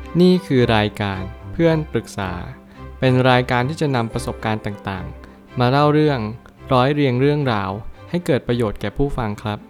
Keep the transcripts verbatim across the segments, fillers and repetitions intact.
นี่คือรายการเพื่อนปรึกษาเป็นรายการที่จะนำประสบการณ์ต่างๆมาเล่าเรื่องร้อยเรียงเรื่องราวให้เกิดประโยชน์แก่ผู้ฟังครับ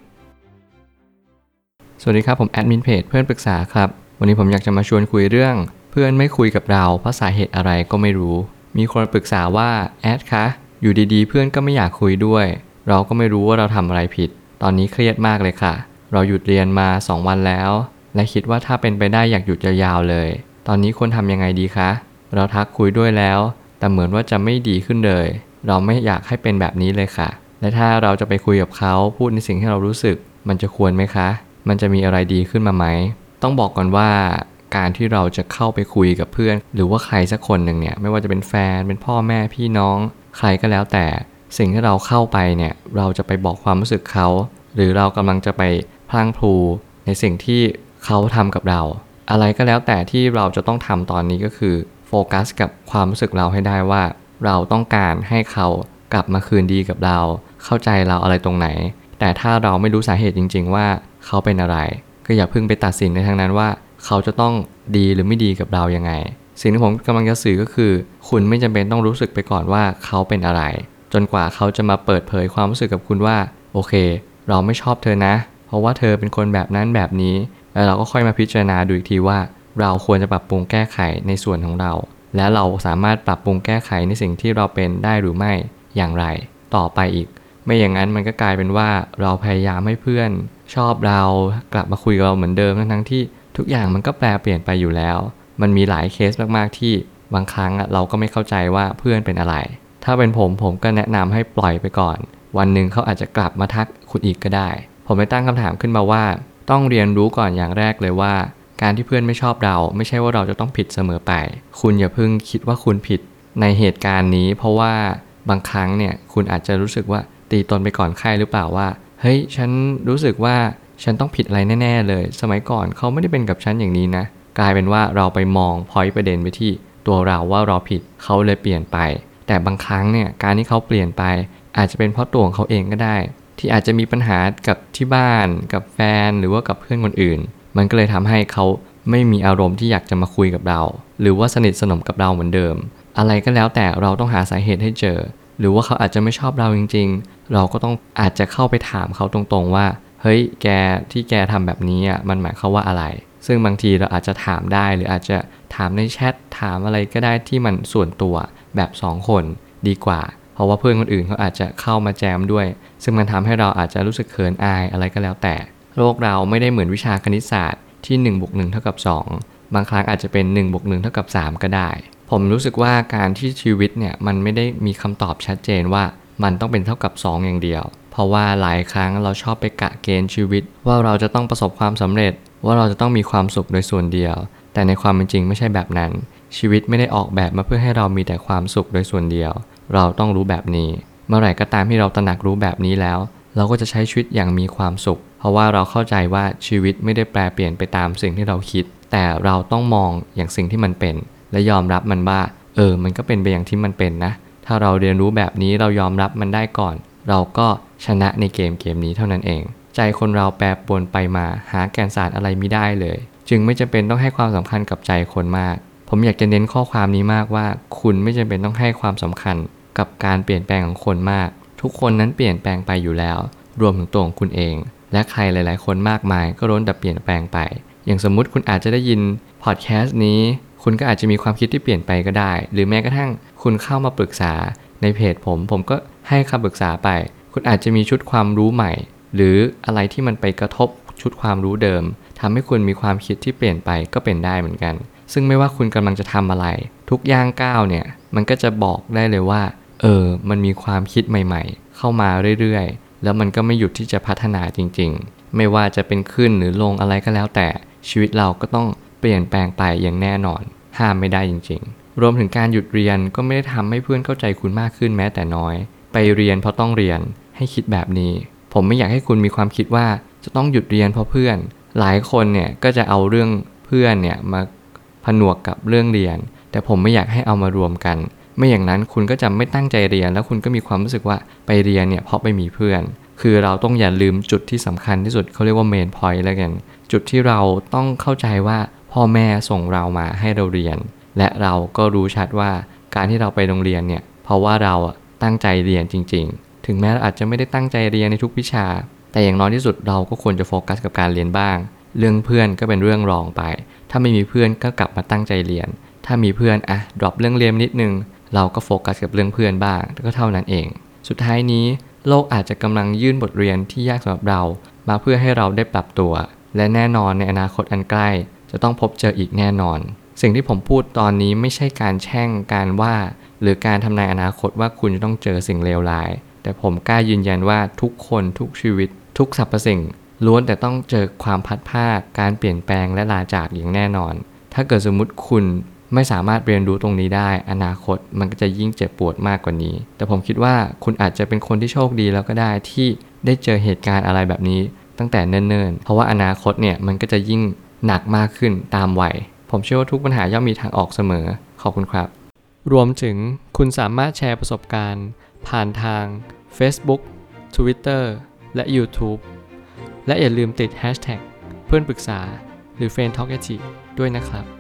สวัสดีครับผมแอดมินเพจเพื่อนปรึกษาครับวันนี้ผมอยากจะมาชวนคุยเรื่องเพื่อนไม่คุยกับเราเพราะสาเหตุอะไรก็ไม่รู้มีคนปรึกษาว่าแอดคะอยู่ดีๆเพื่อนก็ไม่อยากคุยด้วยเราก็ไม่รู้ว่าเราทำอะไรผิดตอนนี้เครียดมากเลยค่ะเราหยุดเรียนมาสองวันแล้วและคิดว่าถ้าเป็นไปได้อยากหยุดยาวๆเลยตอนนี้ควรทำยังไงดีคะเราทักคุยด้วยแล้วแต่เหมือนว่าจะไม่ดีขึ้นเลยเราไม่อยากให้เป็นแบบนี้เลยค่ะและถ้าเราจะไปคุยกับเขาพูดในสิ่งที่เรารู้สึกมันจะควรไหมคะมันจะมีอะไรดีขึ้นมาไหมต้องบอกก่อนว่าการที่เราจะเข้าไปคุยกับเพื่อนหรือว่าใครสักคนหนึ่งเนี่ยไม่ว่าจะเป็นแฟนเป็นพ่อแม่พี่น้องใครก็แล้วแต่สิ่งที่เราเข้าไปเนี่ยเราจะไปบอกความรู้สึกเขาหรือเรากำลังจะไปพลั้งพลูในสิ่งที่เขาทำกับเราอะไรก็แล้วแต่ที่เราจะต้องทำตอนนี้ก็คือโฟกัสกับความรู้สึกเราให้ได้ว่าเราต้องการให้เขากลับมาคืนดีกับเราเข้าใจเราอะไรตรงไหนแต่ถ้าเราไม่รู้สาเหตุจริงๆว่าเขาเป็นอะไรก็อย่าเพิ่งไปตัดสินในทางนั้นว่าเขาจะต้องดีหรือไม่ดีกับเรายังไงสิ่งที่ผมกำลังจะสื่อก็คือคุณไม่จำเป็นต้องรู้สึกไปก่อนว่าเขาเป็นอะไรจนกว่าเขาจะมาเปิดเผยความรู้สึกกับคุณว่าโอเคเราไม่ชอบเธอนะเพราะว่าเธอเป็นคนแบบนั้นแบบนี้แล้วเราก็ค่อยมาพิจารณาดูอีกทีว่าเราควรจะปรับปรุงแก้ไขในส่วนของเราและเราสามารถปรับปรุงแก้ไขในสิ่งที่เราเป็นได้หรือไม่อย่างไรต่อไปอีกไม่อย่างนั้นมันก็กลายเป็นว่าเราพยายามให้เพื่อนชอบเรากลับมาคุยกับเราเหมือนเดิมทั้งๆที่ทุกอย่างมันก็แปลเปลี่ยนไปอยู่แล้วมันมีหลายเคสมากๆที่บางครั้งเราก็ไม่เข้าใจว่าเพื่อนเป็นอะไรถ้าเป็นผมผมก็แนะนำให้ปล่อยไปก่อนวันหนึ่งเขาอาจจะกลับมาทักคุณอีกก็ได้ผมไปตั้งคำถามขึ้นมาว่าต้องเรียนรู้ก่อนอย่างแรกเลยว่าการที่เพื่อนไม่ชอบเราไม่ใช่ว่าเราจะต้องผิดเสมอไปคุณอย่าเพิ่งคิดว่าคุณผิดในเหตุการณ์นี้เพราะว่าบางครั้งเนี่ยคุณอาจจะรู้สึกว่าตีตนไปก่อนใครหรือเปล่าว่าเฮ้ยฉันรู้สึกว่าฉันต้องผิดอะไรแน่ๆเลยสมัยก่อนเขาไม่ได้เป็นกับฉันอย่างนี้นะกลายเป็นว่าเราไปมองพอยต์ประเด็นไปที่ตัวเราว่าเราผิดเขาเลยเปลี่ยนไปแต่บางครั้งเนี่ยการที่เขาเปลี่ยนไปอาจจะเป็นเพราะตัวของเขาเองก็ได้ที่อาจจะมีปัญหากับที่บ้านกับแฟนหรือว่ากับเพื่อนคนอื่นมันก็เลยทำให้เขาไม่มีอารมณ์ที่อยากจะมาคุยกับเราหรือว่าสนิทสนมกับเราเหมือนเดิมอะไรก็แล้วแต่เราต้องหาสาเหตุให้เจอหรือว่าเขาอาจจะไม่ชอบเราจริงๆเราก็ต้องอาจจะเข้าไปถามเขาตรงๆว่าเฮ้ยแกที่แกทำแบบนี้อ่ะมันหมายความว่าอะไรซึ่งบางทีเราอาจจะถามได้หรืออาจจะถามในแชทถามอะไรก็ได้ที่มันส่วนตัวแบบสองคนดีกว่าเพราะว่าเพื่อนคนอื่นเขาอาจจะเข้ามาแจมด้วยซึ่งมันทำให้เราอาจจะรู้สึกเขินอายอะไรก็แล้วแต่โลกเราไม่ได้เหมือนวิชาคณิตศาสตร์ที่หนึ่งบวกหนึ่งเท่ากับสองบางครั้งอาจจะเป็นหนึ่งบวกหนึ่งเท่ากับสามก็ได้ผมรู้สึกว่าการที่ชีวิตเนี่ยมันไม่ได้มีคำตอบชัดเจนว่ามันต้องเป็นเท่ากับสองอย่างเดียวเพราะว่าหลายครั้งเราชอบไปกะเกณฑ์ชีวิตว่าเราจะต้องประสบความสำเร็จว่าเราจะต้องมีความสุขโดยส่วนเดียวแต่ในความเป็นจริงไม่ใช่แบบนั้นชีวิตไม่ได้ออกแบบมาเพื่อให้เรามีแต่ความสุขโดยส่วนเดียวเราต้องรู้แบบนี้เมื่อไหร่ก็ตามที่เราตระหนักรู้แบบนี้แล้วเราก็จะใช้ชีวิตอย่างมีความสุขเพราะว่าเราเข้าใจว่าชีวิตไม่ได้แปรเปลี่ยนไปตามสิ่งที่เราคิดแต่เราต้องมองอย่างสิ่งที่มันเป็นและยอมรับมันว่าเออมันก็เป็นไปอย่างที่มันเป็นนะถ้าเราเรียนรู้แบบนี้เรายอมรับมันได้ก่อนเราก็ชนะในเกมเกมนี้เท่านั้นเองใจคนเราแปรปรวนไปมาหาแก่นสารอะไรไม่ได้เลยจึงไม่จำเป็นต้องให้ความสำคัญกับใจคนมากผมอยากจะเน้นข้อความนี้มากว่าคุณไม่จำเป็นต้องให้ความสำคัญกับการเปลี่ยนแปลงของคนมากทุกคนนั้นเปลี่ยนแปลงไปอยู่แล้วรวมถึงตัวของคุณเองและใครหลายๆคนมากมายก็ล้วนแต่เปลี่ยนแปลงไปอย่างสมมุติคุณอาจจะได้ยินพอดแคสต์นี้คุณก็อาจจะมีความคิดที่เปลี่ยนไปก็ได้หรือแม้กระทั่งคุณเข้ามาปรึกษาในเพจผมผมก็ให้คำปรึกษาไปคุณอาจจะมีชุดความรู้ใหม่หรืออะไรที่มันไปกระทบชุดความรู้เดิมทำให้คุณมีความคิดที่เปลี่ยนไปก็เป็นได้เหมือนกันซึ่งไม่ว่าคุณกำลังจะทำอะไรทุกย่างก้าวเนี่ยมันก็จะบอกได้เลยว่าเออมันมีความคิดใหม่ๆเข้ามาเรื่อยๆแล้วมันก็ไม่หยุดที่จะพัฒนาจริงๆไม่ว่าจะเป็นขึ้นหรือลงอะไรก็แล้วแต่ชีวิตเราก็ต้องเปลี่ยนแปลงไปอย่างแน่นอนห้ามไม่ได้จริงๆรวมถึงการหยุดเรียนก็ไม่ได้ทำให้เพื่อนเข้าใจคุณมากขึ้นแม้แต่น้อยไปเรียนเพราะต้องเรียนให้คิดแบบนี้ผมไม่อยากให้คุณมีความคิดว่าจะต้องหยุดเรียนเพราะเพื่อนหลายคนเนี่ยก็จะเอาเรื่องเพื่อนเนี่ยมาผนวกกับเรื่องเรียนแต่ผมไม่อยากให้เอามารวมกันไม่อย่างนั้นคุณก็จะไม่ตั้งใจเรียนแล้วคุณก็มีความรู้สึกว่าไปเรียนเนี่ยเพราะไปมีเพื่อนคือเราต้องอย่าลืมจุดที่สำคัญที่สุดเขาเรียกว่าเมนพอยต์แล้วกันจุดที่เราต้องเข้าใจว่าพ่อแม่ส่งเรามาให้เราเรียนและเราก็รู้ชัดว่าการที่เราไปโรงเรียนเนี่ยเพราะว่าเราตั้งใจเรียนจริงๆถึงแม้เราอาจจะไม่ได้ตั้งใจเรียนในทุกวิชาแต่อย่างน้อยที่สุดเราก็ควรจะโฟกัสกับการเรียนบ้างเรื่องเพื่อนก็เป็นเรื่องรองไปถ้าไม่มีเพื่อนก็กลับมาตั้งใจเรียนถ้ามีเพื่อนอะดรอปเรื่องเรียนนิดนึงเราก็โฟกัสกับเรื่องเพื่อนบ้างก็เท่านั้นเองสุดท้ายนี้โลกอาจจะกำลังยื่นบทเรียนที่ยากสำหรับเรามาเพื่อให้เราได้ปรับตัวและแน่นอนในอนาคตอันใกล้จะต้องพบเจออีกแน่นอนสิ่งที่ผมพูดตอนนี้ไม่ใช่การแช่งการว่าหรือการทำนายอนาคตว่าคุณจะต้องเจอสิ่งเลวร้ายแต่ผมกล้ายืนยันว่าทุกคนทุกชีวิตทุกสรรพสิ่งล้วนแต่ต้องเจอความพัดภาคการเปลี่ยนแปลงและลาจากอย่างแน่นอนถ้าเกิดสมมุติคุณไม่สามารถเรียนรู้ตรงนี้ได้อนาคตมันก็จะยิ่งเจ็บปวดมากกว่านี้แต่ผมคิดว่าคุณอาจจะเป็นคนที่โชคดีแล้วก็ได้ที่ได้เจอเหตุการณ์อะไรแบบนี้ตั้งแต่เนิ่นๆเพราะว่าอนาคตเนี่ยมันก็จะยิ่งหนักมากขึ้นตามวัยผมเชื่อว่าทุกปัญหาย่อมมีทางออกเสมอขอบคุณครับรวมถึงคุณสามารถแชร์ประสบการณ์ผ่านทาง Facebook Twitter และ YouTube และอย่าลืมติด แฮชแท็ก เพื่อนปรึกษาหรือ เฟรนด์ ทอล์ก ด้วยนะครับ